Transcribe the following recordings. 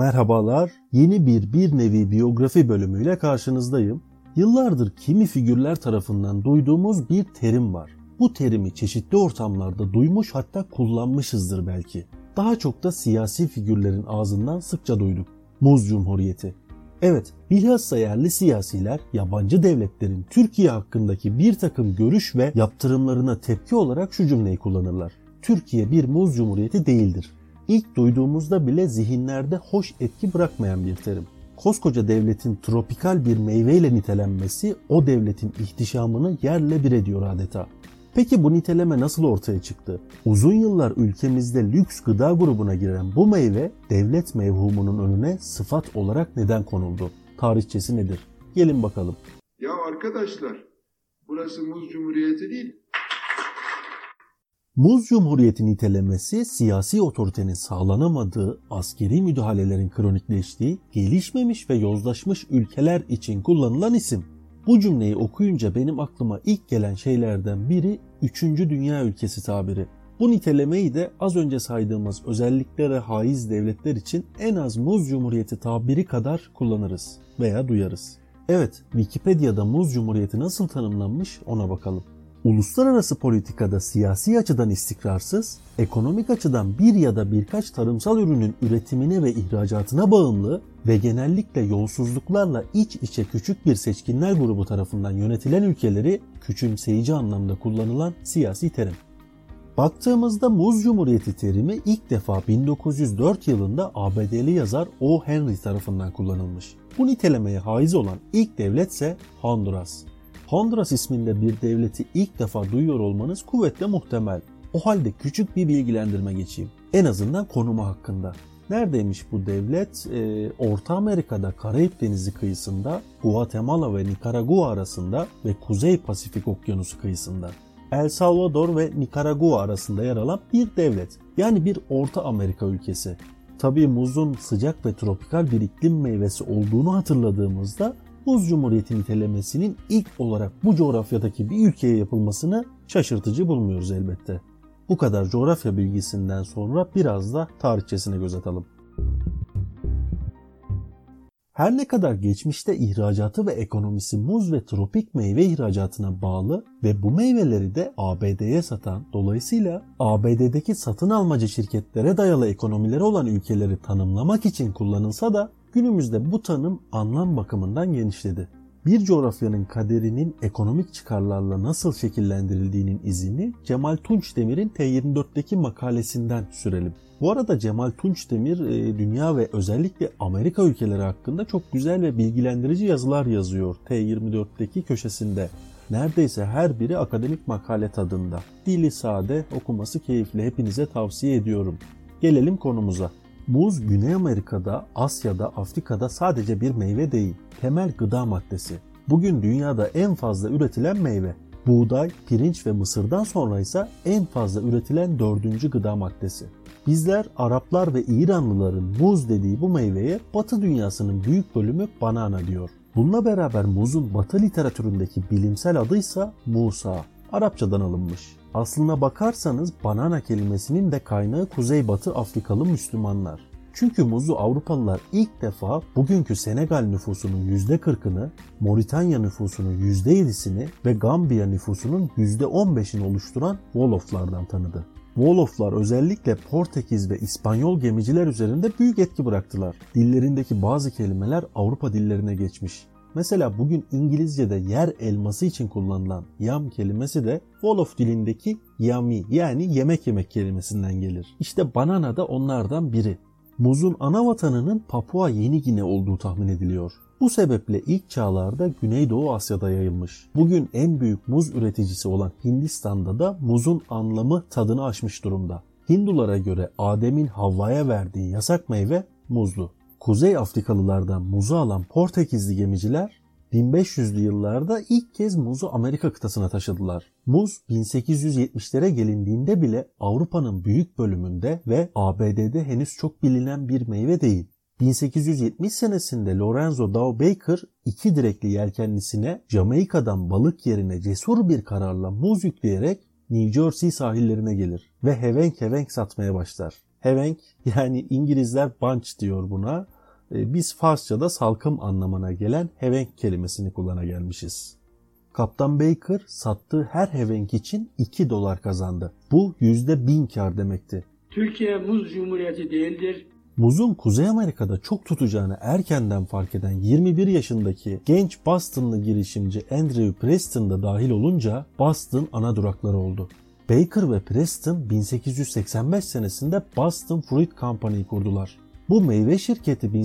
Merhabalar, yeni bir nevi biyografi bölümüyle karşınızdayım. Yıllardır kimi figürler tarafından duyduğumuz bir terim var. Bu terimi çeşitli ortamlarda duymuş, hatta kullanmışızdır belki. Daha çok da siyasi figürlerin ağzından sıkça duyduk. Muz Cumhuriyeti. Evet, bilhassa yerli siyasiler yabancı devletlerin Türkiye hakkındaki bir takım görüş ve yaptırımlarına tepki olarak şu cümleyi kullanırlar. Türkiye bir muz cumhuriyeti değildir. İlk duyduğumuzda bile zihinlerde hoş etki bırakmayan bir terim. Koskoca devletin tropikal bir meyveyle nitelenmesi o devletin ihtişamını yerle bir ediyor adeta. Peki bu niteleme nasıl ortaya çıktı? Uzun yıllar ülkemizde lüks gıda grubuna giren bu meyve devlet mevhumunun önüne sıfat olarak neden konuldu? Tarihçesi nedir? Gelin bakalım. Ya arkadaşlar, burası muz cumhuriyeti değil. Muz Cumhuriyeti nitelemesi siyasi otoritenin sağlanamadığı, askeri müdahalelerin kronikleştiği, gelişmemiş ve yozlaşmış ülkeler için kullanılan isim. Bu cümleyi okuyunca benim aklıma ilk gelen şeylerden biri 3. Dünya ülkesi tabiri. Bu nitelemeyi de az önce saydığımız özelliklere haiz devletler için en az Muz Cumhuriyeti tabiri kadar kullanırız veya duyarız. Evet, Wikipedia'da Muz Cumhuriyeti nasıl tanımlanmış ona bakalım. Uluslararası politikada siyasi açıdan istikrarsız, ekonomik açıdan bir ya da birkaç tarımsal ürünün üretimine ve ihracatına bağımlı ve genellikle yolsuzluklarla iç içe küçük bir seçkinler grubu tarafından yönetilen ülkeleri küçümseyici anlamda kullanılan siyasi terim. Baktığımızda Muz Cumhuriyeti terimi ilk defa 1904 yılında ABD'li yazar O. Henry tarafından kullanılmış. Bu nitelemeye haiz olan ilk devletse Honduras. Honduras isminde bir devleti ilk defa duyuyor olmanız kuvvetle muhtemel. O halde küçük bir bilgilendirme geçeyim. En azından konumu hakkında. Neredeymiş bu devlet? Orta Amerika'da Karayip Denizi kıyısında, Guatemala ve Nikaragua arasında ve Kuzey Pasifik Okyanusu kıyısında. El Salvador ve Nikaragua arasında yer alan bir devlet. Yani bir Orta Amerika ülkesi. Tabii muzun sıcak ve tropikal bir iklim meyvesi olduğunu hatırladığımızda Muz Cumhuriyeti nitelemesinin ilk olarak bu coğrafyadaki bir ülkeye yapılmasını şaşırtıcı bulmuyoruz elbette. Bu kadar coğrafya bilgisinden sonra biraz da tarihçesine göz atalım. Her ne kadar geçmişte ihracatı ve ekonomisi muz ve tropik meyve ihracatına bağlı ve bu meyveleri de ABD'ye satan, dolayısıyla ABD'deki satın almacı şirketlere dayalı ekonomileri olan ülkeleri tanımlamak için kullanılsa da günümüzde bu tanım anlam bakımından genişledi. Bir coğrafyanın kaderinin ekonomik çıkarlarla nasıl şekillendirildiğinin izini Cemal Tunçdemir'in T24'teki makalesinden sürelim. Bu arada Cemal Tunçdemir dünya ve özellikle Amerika ülkeleri hakkında çok güzel ve bilgilendirici yazılar yazıyor T24'teki köşesinde. Neredeyse her biri akademik makale tadında. Dili sade, okuması keyifli, hepinize tavsiye ediyorum. Gelelim konumuza. Muz Güney Amerika'da, Asya'da, Afrika'da sadece bir meyve değil, temel gıda maddesi. Bugün dünyada en fazla üretilen meyve. Buğday, pirinç ve mısırdan sonra ise en fazla üretilen 4. gıda maddesi. Bizler Araplar ve İranlıların muz dediği bu meyveye Batı dünyasının büyük bölümü banana diyor. Bununla beraber muzun Batı literatüründeki bilimsel adıysa Musa, Arapçadan alınmış. Aslına bakarsanız banana kelimesinin de kaynağı Kuzeybatı Afrikalı Müslümanlar. Çünkü muzu Avrupalılar ilk defa bugünkü Senegal nüfusunun %40'ını, Moritanya nüfusunun %7'sini ve Gambiya nüfusunun %15'ini oluşturan Woloflardan tanıdı. Woloflar özellikle Portekiz ve İspanyol gemiciler üzerinde büyük etki bıraktılar. Dillerindeki bazı kelimeler Avrupa dillerine geçmiş. Mesela bugün İngilizce'de yer elması için kullanılan yam kelimesi de Wolof dilindeki yummy yani yemek yemek kelimesinden gelir. İşte banana da onlardan biri. Muzun ana vatanının Papua Yeni Gine olduğu tahmin ediliyor. Bu sebeple ilk çağlarda Güneydoğu Asya'da yayılmış. Bugün en büyük muz üreticisi olan Hindistan'da da muzun anlamı tadını aşmış durumda. Hindulara göre Adem'in Havva'ya verdiği yasak meyve muzdu. Kuzey Afrikalılardan muzu alan Portekizli gemiciler 1500'lü yıllarda ilk kez muzu Amerika kıtasına taşıdılar. Muz 1870'lere gelindiğinde bile Avrupa'nın büyük bölümünde ve ABD'de henüz çok bilinen bir meyve değil. 1870 senesinde Lorenzo Dow Baker 2 direkli yelkenlisine Jamaika'dan balık yerine cesur bir kararla muz yükleyerek New Jersey sahillerine gelir ve hevenk hevenk satmaya başlar. Hevenk yani İngilizler bunch diyor buna. biz Farsça'da salkım anlamına gelen hevenk kelimesini kullana gelmişiz. Kaptan Baker sattığı her hevenk için $2 kazandı. Bu %1000 kar demekti. Türkiye muz cumhuriyeti değildir. Muzun Kuzey Amerika'da çok tutacağını erkenden fark eden 21 yaşındaki genç Boston'lı girişimci Andrew Preston da dahil olunca Boston ana durakları oldu. Baker ve Preston 1885 senesinde Boston Fruit Company'yi kurdular. Bu meyve şirketi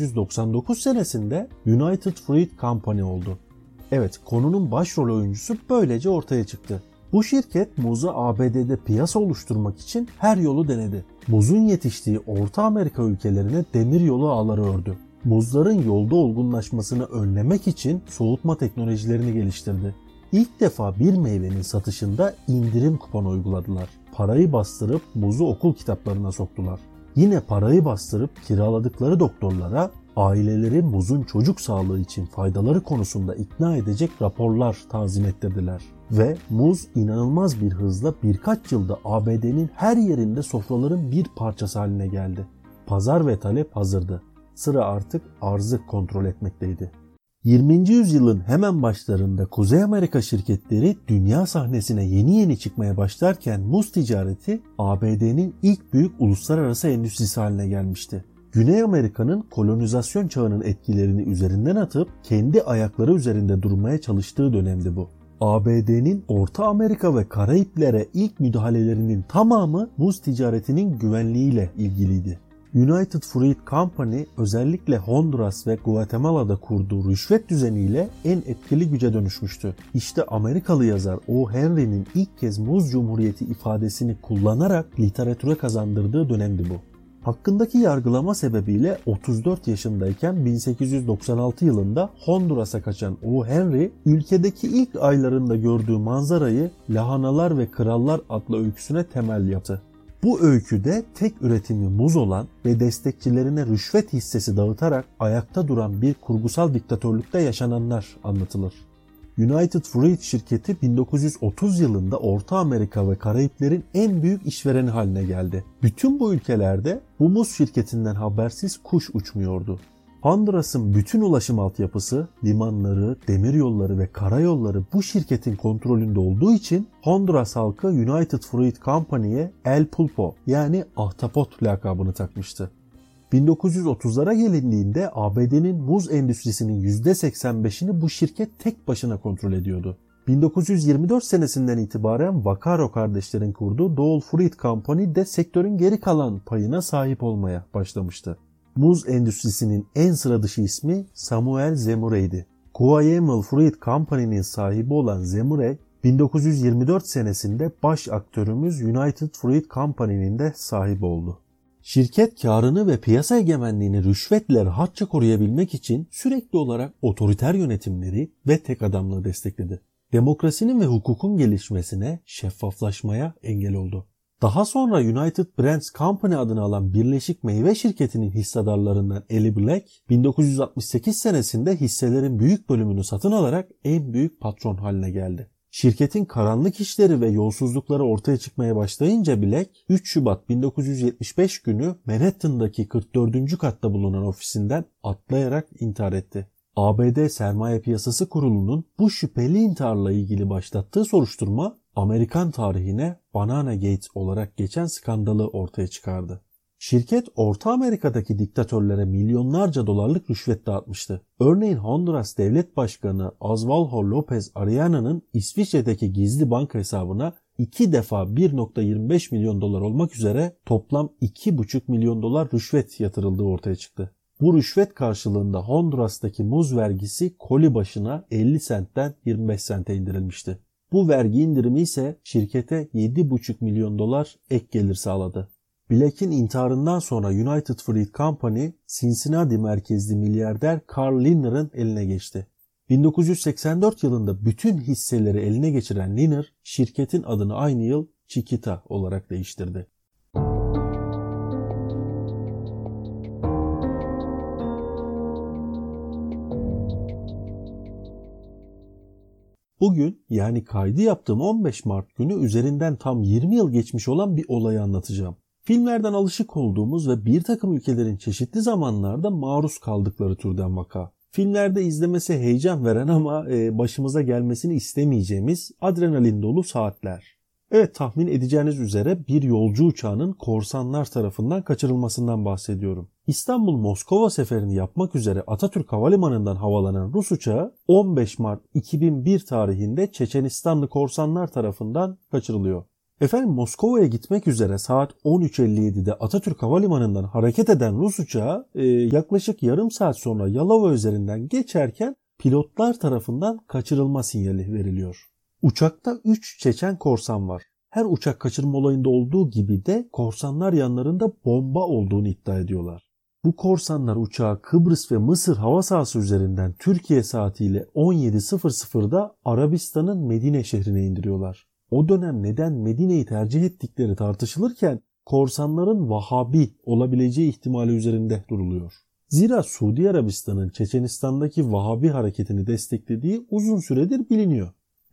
1899 senesinde United Fruit Company oldu. Evet, konunun başrol oyuncusu böylece ortaya çıktı. Bu şirket muzu ABD'de piyasa oluşturmak için her yolu denedi. Muzun yetiştiği Orta Amerika ülkelerine demiryolu ağları ördü. Muzların yolda olgunlaşmasını önlemek için soğutma teknolojilerini geliştirdi. İlk defa bir meyvenin satışında indirim kuponu uyguladılar. Parayı bastırıp muzu okul kitaplarına soktular. Yine parayı bastırıp kiraladıkları doktorlara aileleri muzun çocuk sağlığı için faydaları konusunda ikna edecek raporlar tazim ettirdiler. Ve muz inanılmaz bir hızla birkaç yılda ABD'nin her yerinde sofraların bir parçası haline geldi. Pazar ve talep hazırdı. Sıra artık arzı kontrol etmekteydi. 20. yüzyılın hemen başlarında Kuzey Amerika şirketleri dünya sahnesine yeni çıkmaya başlarken muz ticareti ABD'nin ilk büyük uluslararası endüstrisi haline gelmişti. Güney Amerika'nın kolonizasyon çağının etkilerini üzerinden atıp kendi ayakları üzerinde durmaya çalıştığı dönemdi bu. ABD'nin Orta Amerika ve Karayiplere ilk müdahalelerinin tamamı muz ticaretinin güvenliğiyle ilgiliydi. United Fruit Company özellikle Honduras ve Guatemala'da kurduğu rüşvet düzeniyle en etkili güce dönüşmüştü. İşte Amerikalı yazar O. Henry'nin ilk kez muz cumhuriyeti ifadesini kullanarak literatüre kazandırdığı dönemdi bu. Hakkındaki yargılama sebebiyle 34 yaşındayken 1896 yılında Honduras'a kaçan O. Henry, ülkedeki ilk aylarında gördüğü manzarayı Lahanalar ve Krallar adlı öyküsüne temel yaptı. Bu öyküde tek üretimi muz olan ve destekçilerine rüşvet hissesi dağıtarak ayakta duran bir kurgusal diktatörlükte yaşananlar anlatılır. United Fruit şirketi 1930 yılında Orta Amerika ve Karayiplerin en büyük işvereni haline geldi. Bütün bu ülkelerde bu muz şirketinden habersiz kuş uçmuyordu. Honduras'ın bütün ulaşım altyapısı, limanları, demiryolları ve karayolları bu şirketin kontrolünde olduğu için Honduras halkı United Fruit Company'ye El Pulpo yani ahtapot lakabını takmıştı. 1930'lara gelindiğinde ABD'nin muz endüstrisinin %85'ini bu şirket tek başına kontrol ediyordu. 1924 senesinden itibaren Vaccaro kardeşlerin kurduğu Dole Fruit Company de sektörün geri kalan payına sahip olmaya başlamıştı. Muz endüstrisinin en sıra dışı ismi Samuel Zemure'ydi. Guaymal Fruit Company'nin sahibi olan Zemure, 1924 senesinde baş aktörümüz United Fruit Company'nin de sahibi oldu. Şirket karını ve piyasa egemenliğini rüşvetle rahatça koruyabilmek için sürekli olarak otoriter yönetimleri ve tek adamlığı destekledi. Demokrasinin ve hukukun gelişmesine, şeffaflaşmaya engel oldu. Daha sonra United Brands Company adını alan Birleşik Meyve Şirketi'nin hissedarlarından Eli Black, 1968 senesinde hisselerin büyük bölümünü satın alarak en büyük patron haline geldi. Şirketin karanlık işleri ve yolsuzlukları ortaya çıkmaya başlayınca Black, 3 Şubat 1975 günü Manhattan'daki 44. katta bulunan ofisinden atlayarak intihar etti. ABD Sermaye Piyasası Kurulu'nun bu şüpheli intiharla ilgili başlattığı soruşturma, Amerikan tarihine Banana Gate olarak geçen skandalı ortaya çıkardı. Şirket Orta Amerika'daki diktatörlere milyonlarca dolarlık rüşvet dağıtmıştı. Örneğin Honduras Devlet Başkanı Osvaldo López Arellano'nun İsviçre'deki gizli banka hesabına 2 defa 1.25 milyon dolar olmak üzere toplam 2,5 milyon dolar rüşvet yatırıldığı ortaya çıktı. Bu rüşvet karşılığında Honduras'taki muz vergisi koli başına 50 sentten 25 sente indirilmişti. Bu vergi indirimi ise şirkete 7,5 milyon dolar ek gelir sağladı. Black'in intiharından sonra United Fruit Company, Cincinnati merkezli milyarder Carl Liner'ın eline geçti. 1984 yılında bütün hisseleri eline geçiren Liner, şirketin adını aynı yıl Chiquita olarak değiştirdi. Bugün yani kaydı yaptığım 15 Mart günü üzerinden tam 20 yıl geçmiş olan bir olayı anlatacağım. Filmlerden alışık olduğumuz ve bir takım ülkelerin çeşitli zamanlarda maruz kaldıkları türden vaka. Filmlerde izlemesi heyecan veren ama başımıza gelmesini istemeyeceğimiz adrenalin dolu saatler. Evet, tahmin edeceğiniz üzere bir yolcu uçağının korsanlar tarafından kaçırılmasından bahsediyorum. İstanbul-Moskova seferini yapmak üzere Atatürk Havalimanı'ndan havalanan Rus uçağı 15 Mart 2001 tarihinde Çeçenistanlı korsanlar tarafından kaçırılıyor. Moskova'ya gitmek üzere saat 13.57'de Atatürk Havalimanı'ndan hareket eden Rus uçağı yaklaşık yarım saat sonra Yalova üzerinden geçerken pilotlar tarafından kaçırılma sinyali veriliyor. Uçakta 3 Çeçen korsan var. Her uçak kaçırma olayında olduğu gibi de korsanlar yanlarında bomba olduğunu iddia ediyorlar. Bu korsanlar uçağı Kıbrıs ve Mısır hava sahası üzerinden Türkiye saatiyle 17.00'da Arabistan'ın Medine şehrine indiriyorlar. O dönem neden Medine'yi tercih ettikleri tartışılırken korsanların Vahabi olabileceği ihtimali üzerinde duruluyor. Zira Suudi Arabistan'ın Çeçenistan'daki Vahabi hareketini desteklediği uzun süredir biliniyor.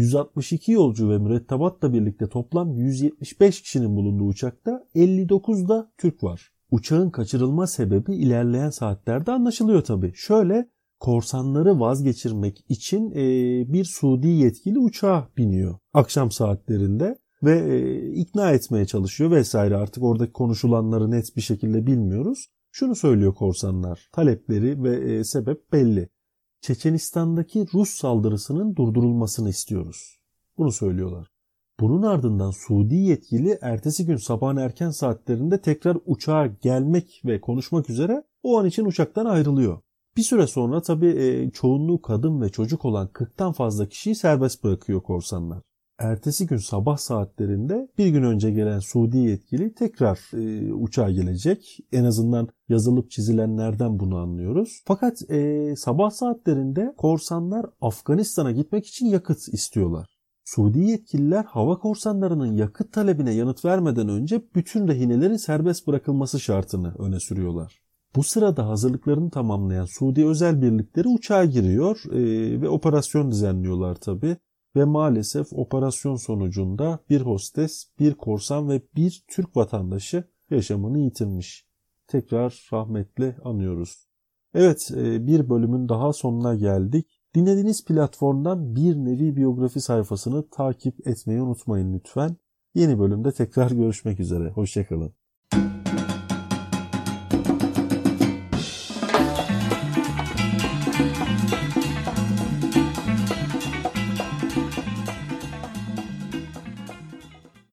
162 yolcu ve mürettebatla birlikte toplam 175 kişinin bulunduğu uçakta 59'da Türk var. Uçağın kaçırılma sebebi ilerleyen saatlerde anlaşılıyor tabii. Şöyle, korsanları vazgeçirmek için bir Suudi yetkili uçağa biniyor akşam saatlerinde ve ikna etmeye çalışıyor vesaire. Artık oradaki konuşulanları net bir şekilde bilmiyoruz. Şunu söylüyor korsanlar, talepleri ve sebep belli. Çeçenistan'daki Rus saldırısının durdurulmasını istiyoruz. Bunu söylüyorlar. Bunun ardından Suudi yetkili ertesi gün sabahın erken saatlerinde tekrar uçağa gelmek ve konuşmak üzere o an için uçaktan ayrılıyor. Bir süre sonra tabii çoğunluğu kadın ve çocuk olan 40'tan fazla kişiyi serbest bırakıyor korsanlar. Ertesi gün sabah saatlerinde bir gün önce gelen Suudi yetkili tekrar uçağa gelecek. En azından yazılıp çizilenlerden bunu anlıyoruz. Fakat sabah saatlerinde korsanlar Afganistan'a gitmek için yakıt istiyorlar. Suudi yetkililer hava korsanlarının yakıt talebine yanıt vermeden önce bütün rehinelerin serbest bırakılması şartını öne sürüyorlar. Bu sırada hazırlıklarını tamamlayan Suudi özel birlikleri uçağa giriyor ve operasyon düzenliyorlar tabii. Ve maalesef operasyon sonucunda bir hostes, bir korsan ve bir Türk vatandaşı yaşamını yitirmiş. Tekrar rahmetle anıyoruz. Evet, bir bölümün daha sonuna geldik. Dinlediğiniz platformdan Bir Nevi Biyografi sayfasını takip etmeyi unutmayın lütfen. Yeni bölümde tekrar görüşmek üzere. Hoşça kalın.